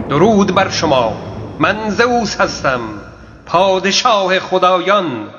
درود بر شما. من زئوس هستم، پادشاه خدایان.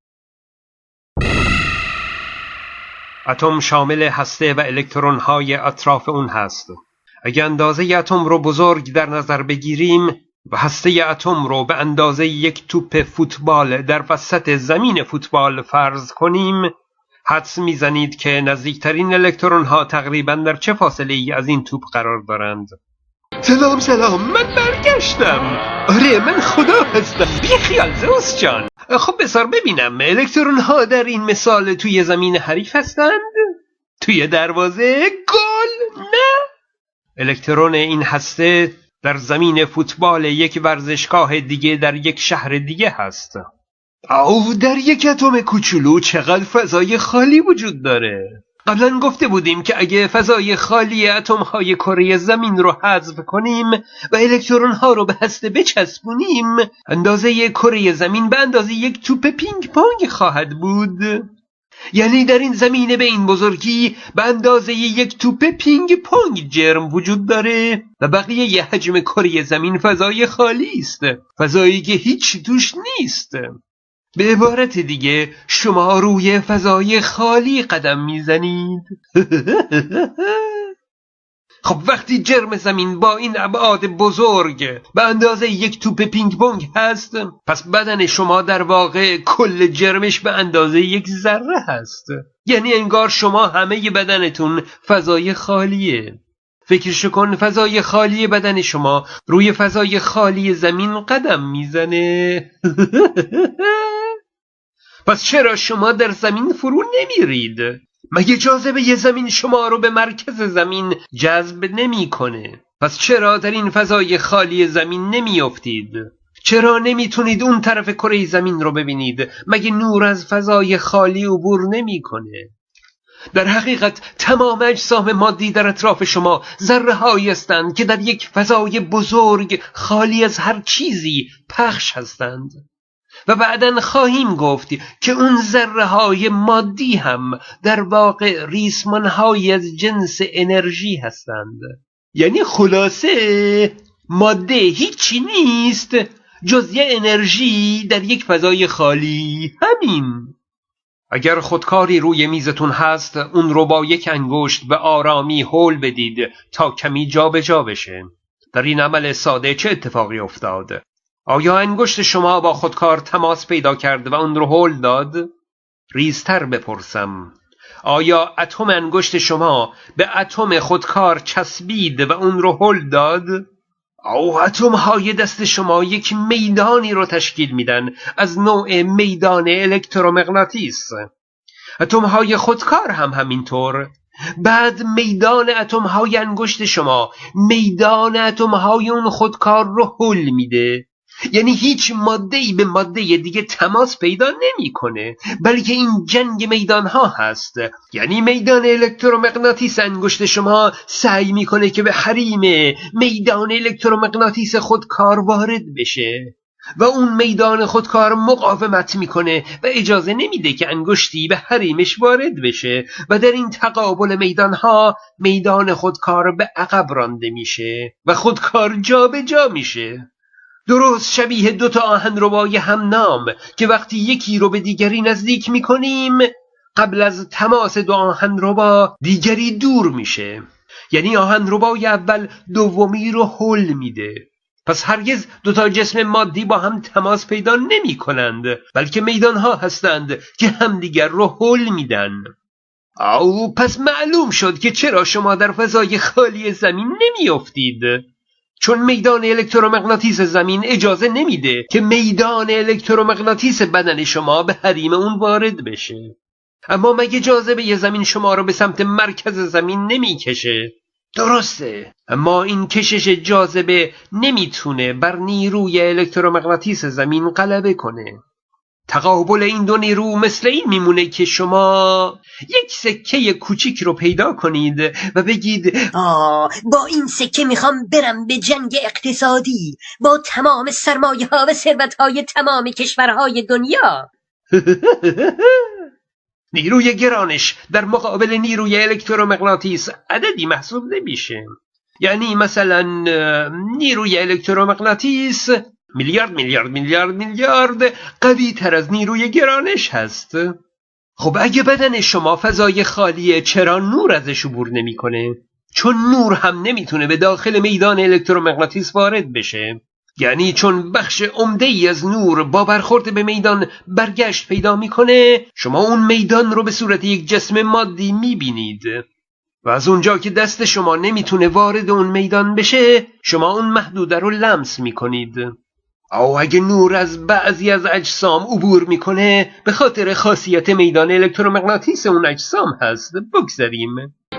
اتم شامل هسته و الکترون‌های اطراف اون هست. اگه اندازه اتم رو بزرگ در نظر بگیریم و هسته اتم رو به اندازه یک توپ فوتبال در وسط زمین فوتبال فرض کنیم، حدس میزنید که نزدیکترین الکترون‌ها تقریباً در چه فاصله‌ای از این توپ قرار دارند؟ سلام، من برگشتم. آره، من خدا هستم. بی خیال زئوس جان. خب بذار ببینم، الکترون‌ها در این مثال توی زمین حریف هستند؟ توی دروازه گل؟ نه. الکترون این هسته در زمین فوتبال یک ورزشگاه دیگه در یک شهر دیگه هست. او در یک اتم کوچولو چقدر فضای خالی وجود داره. قبلا گفته بودیم که اگه فضای خالی اتم‌های کره زمین رو حذف کنیم و الکترون‌ها رو به هسته بچسبونیم، اندازه کره زمین به اندازه یک توپ پینگ پونگ خواهد بود. یعنی در این زمینه به این بزرگی به اندازه یک توپ پینگ پونگ جرم وجود داره و بقیه حجم کره زمین فضای خالی است، فضایی که هیچ توش نیست. به عبارت دیگه شما روی فضای خالی قدم میزنید. خب وقتی جرم زمین با این ابعاد بزرگ به اندازه یک توپ پینگ پونگ هست، پس بدن شما در واقع کل جرمش به اندازه یک ذره هست. یعنی انگار شما همه بدنتون فضای خالیه. فکرشو کن، فضای خالی بدن شما روی فضای خالی زمین قدم میزنه. پس چرا شما در زمین فرو نمیرید؟ مگه جاذبه زمین شما رو به مرکز زمین جذب نمیکنه؟ پس چرا در این فضای خالی زمین نمیافتید؟ چرا نمیتونید اون طرف کره زمین رو ببینید؟ مگه نور از فضای خالی عبور نمیکنه؟ در حقیقت تمام اجسام مادی در اطراف شما ذره‌هایی هستند که در یک فضای بزرگ خالی از هر چیزی پخش هستند. و بعداً خواهیم گفت که اون ذره‌های مادی هم در واقع ریسمان‌هایی از جنس انرژی هستند. یعنی خلاصه ماده هیچی نیست جز یه انرژی در یک فضای خالی. همین. اگر خودکاری روی میزتون هست، اون رو با یک انگشت به آرامی هول بدید تا کمی جابجا بشه. در این عمل ساده چه اتفاقی افتاد؟ آیا انگشت شما با خودکار تماس پیدا کرد و اون رو هول داد؟ ریزتر بپرسم، آیا اتم انگشت شما به اتم خودکار چسبید و اون رو هول داد؟ او اتم های دست شما یک میدانی رو تشکیل میدن از نوع میدان الکترومغناطیس. اتم های خودکار هم همینطور. بعد میدان اتم های انگشت شما میدان اتم های اون خودکار رو هول میده. یعنی هیچ ماده‌ای به ماده دیگه تماس پیدا نمی‌کنه، بلکه این جنگ میدان‌ها هست. یعنی میدان الکترومغناطیس انگشت شما سعی می‌کنه که به حریم میدان الکترومغناطیس خودکار وارد بشه و اون میدان خودکار مقاومت می‌کنه و اجازه نمیده که انگشتی به حریمش وارد بشه و در این تقابل میدان‌ها میدان خودکار به عقب رانده میشه و خودکار جابجا میشه. درست شبیه دوتا آهنربای هم نام که وقتی یکی رو به دیگری نزدیک میکنیم، قبل از تماس دو آهنربا دیگری دور میشه. یعنی آهنربای اول دومی رو هول میده. پس هرگز دوتا جسم مادی با هم تماس پیدا نمی کنند، بلکه میدانها هستند که همدیگر رو هول میدن. او پس معلوم شد که چرا شما در فضای خالی زمین نمیافتید. چون میدان الکترومغناطیس زمین اجازه نمیده که میدان الکترومغناطیس بدن شما به حریم اون وارد بشه. اما مگه جاذبه زمین شما رو به سمت مرکز زمین نمیکشه؟ درسته، اما این کشش جاذبه نمیتونه بر نیروی الکترومغناطیس زمین غلبه کنه. تقابل این دو نیرو مثل این میمونه که شما یک سکه کوچیک رو پیدا کنید و بگید با این سکه میخوام برم به جنگ اقتصادی با تمام سرمایه ها و ثروت های تمام کشورهای دنیا. نیروی گرانش در مقابل نیروی الکترومغناطیس عددی محسوب نمیشه. یعنی مثلا نیروی الکترومغناطیس میلیارد قوی تر از نیروی گرانش هست. خب اگه بدن شما فضای خالیه، چرا نور ازش عبور نمیکنه؟ چون نور هم نمیتونه به داخل میدان الکترومغناطیس وارد بشه. یعنی چون بخش عمده‌ای از نور با برخورد به میدان برگشت پیدا میکنه، شما اون میدان رو به صورت یک جسم مادی میبینید و از اونجا که دست شما نمیتونه وارد اون میدان بشه، شما اون محدوده رو لمس میکنید. او اگه نور از بعضی از اجسام عبور میکنه، به خاطر خاصیت میدان الکترومغناطیس اون اجسام هست. بگذاریم.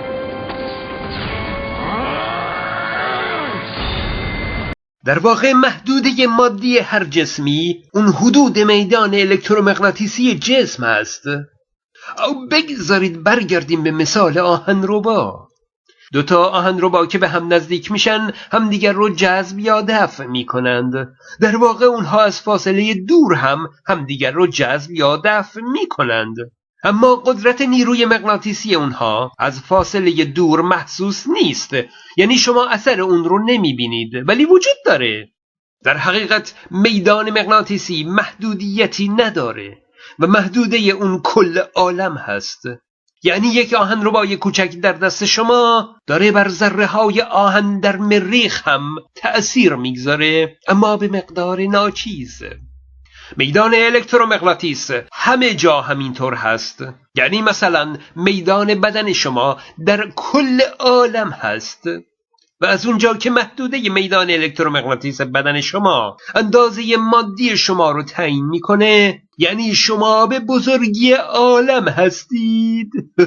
در واقع محدوده مادی هر جسمی اون حدود میدان الکترومغناطیسی جسم هست. او بگذارید برگردیم به مثال آهنربا. دوتا آهنربا که به هم نزدیک میشن همدیگر رو جذب یا دفع میکنند. در واقع اونها از فاصله دور هم همدیگر رو جذب یا دفع میکنند، اما قدرت نیروی مغناطیسی اونها از فاصله دور محسوس نیست. یعنی شما اثر اون رو نمیبینید، ولی وجود داره. در حقیقت میدان مغناطیسی محدودیتی نداره و محدوده اون کل عالم هست. یعنی یک آهنربای کوچک در دست شما داره بر ذره های آهن در مریخ هم تأثیر میگذاره، اما به مقدار ناچیز. میدان الکترومغناطیس همه جا همینطور هست. یعنی مثلا میدان بدن شما در کل عالم هست و از اونجا که محدوده میدان الکترومغناطیس بدن شما اندازه مادی شما رو تعیین میکنه، یعنی شما به بزرگی عالم هستید.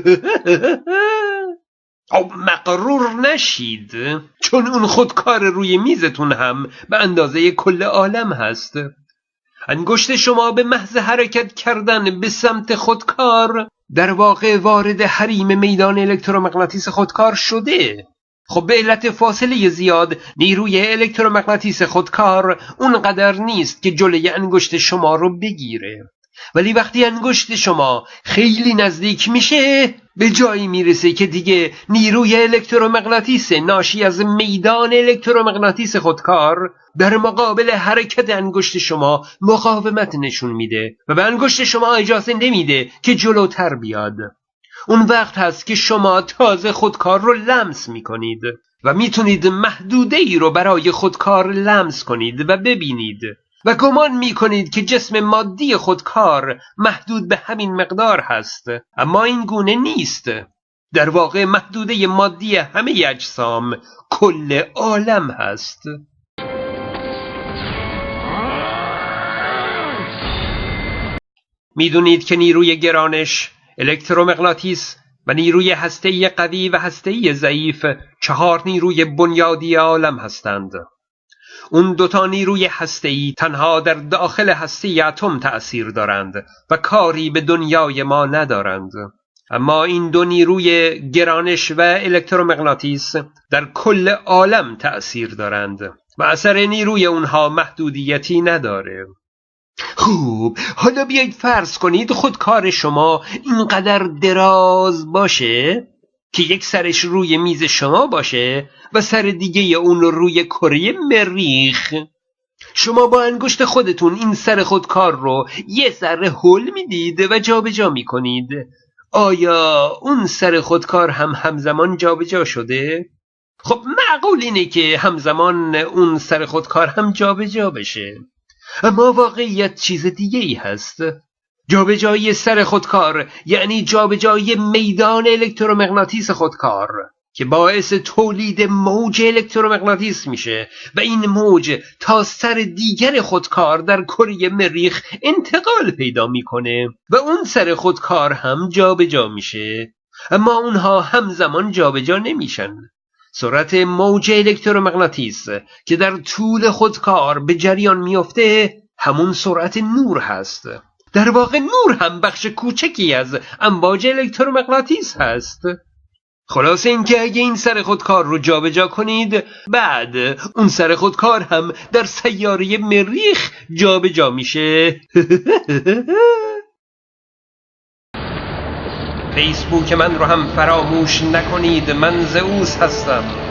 او مغرور نشید، چون اون خودکار روی میزتون هم به اندازه کل عالم هست. انگشت شما به محض حرکت کردن به سمت خودکار در واقع وارد حریم میدان الکترومغناطیس خودکار شده. خب به علت فاصله زیاد نیروی الکترومغناطیس خودکار اونقدر نیست که جلوی انگشت شما رو بگیره، ولی وقتی انگشت شما خیلی نزدیک میشه به جایی میرسه که دیگه نیروی الکترومغناطیس ناشی از میدان الکترومغناطیس خودکار در مقابل حرکت انگشت شما مقاومت نشون میده و به انگشت شما اجازه نمیده که جلوتر بیاد. اون وقت هست که شما تازه خودکار رو لمس میکنید و میتونید محدوده ای رو برای خودکار لمس کنید و ببینید و گمان میکنید که جسم مادی خودکار محدود به همین مقدار هست، اما این گونه نیست. در واقع محدوده مادی همه اجسام کل عالم هست. میدونید که نیروی گرانش، الکترومغناطیس و نیروی هسته‌ای قوی و هسته‌ای ضعیف 4 نیروی بنیادی عالم هستند. اون دوتا نیروی هسته‌ای تنها در داخل هسته اتم تأثیر دارند و کاری به دنیای ما ندارند، اما این دو نیروی گرانش و الکترومغناطیس در کل عالم تأثیر دارند و اثر نیروی اونها محدودیتی نداره. خوب، حالا بیایید فرض کنید خودکار شما اینقدر دراز باشه که یک سرش روی میز شما باشه و سر دیگه اون روی کره مریخ. شما با انگشت خودتون این سر خودکار رو یه ذره هل میدید و جابجا میکنید. آیا اون سر خودکار هم همزمان جابجا شده؟ خب معقول اینه که همزمان اون سر خودکار هم جابجا بشه، اما واقعیت چیز دیگه ای هست. جابجایی سر خودکار یعنی جابجایی میدان الکترومغناطیس خودکار که باعث تولید موج الکترومغناطیس میشه و این موج تا سر دیگر خودکار در کره مریخ انتقال پیدا میکنه و اون سر خودکار هم جابجا میشه، اما اونها همزمان جابجا نمیشن. سرعت موج الکترومغناطیس که در طول خودکار به جریان میفته همون سرعت نور هست. در واقع نور هم بخش کوچکی از امواج الکترومغناطیس هست. خلاصه این که اگه این سر خودکار رو جابجا کنید، بعد اون سر خودکار هم در سیاره مریخ جابجا میشه. فیسبوک من رو هم فراموش نکنید. من زئوس هستم.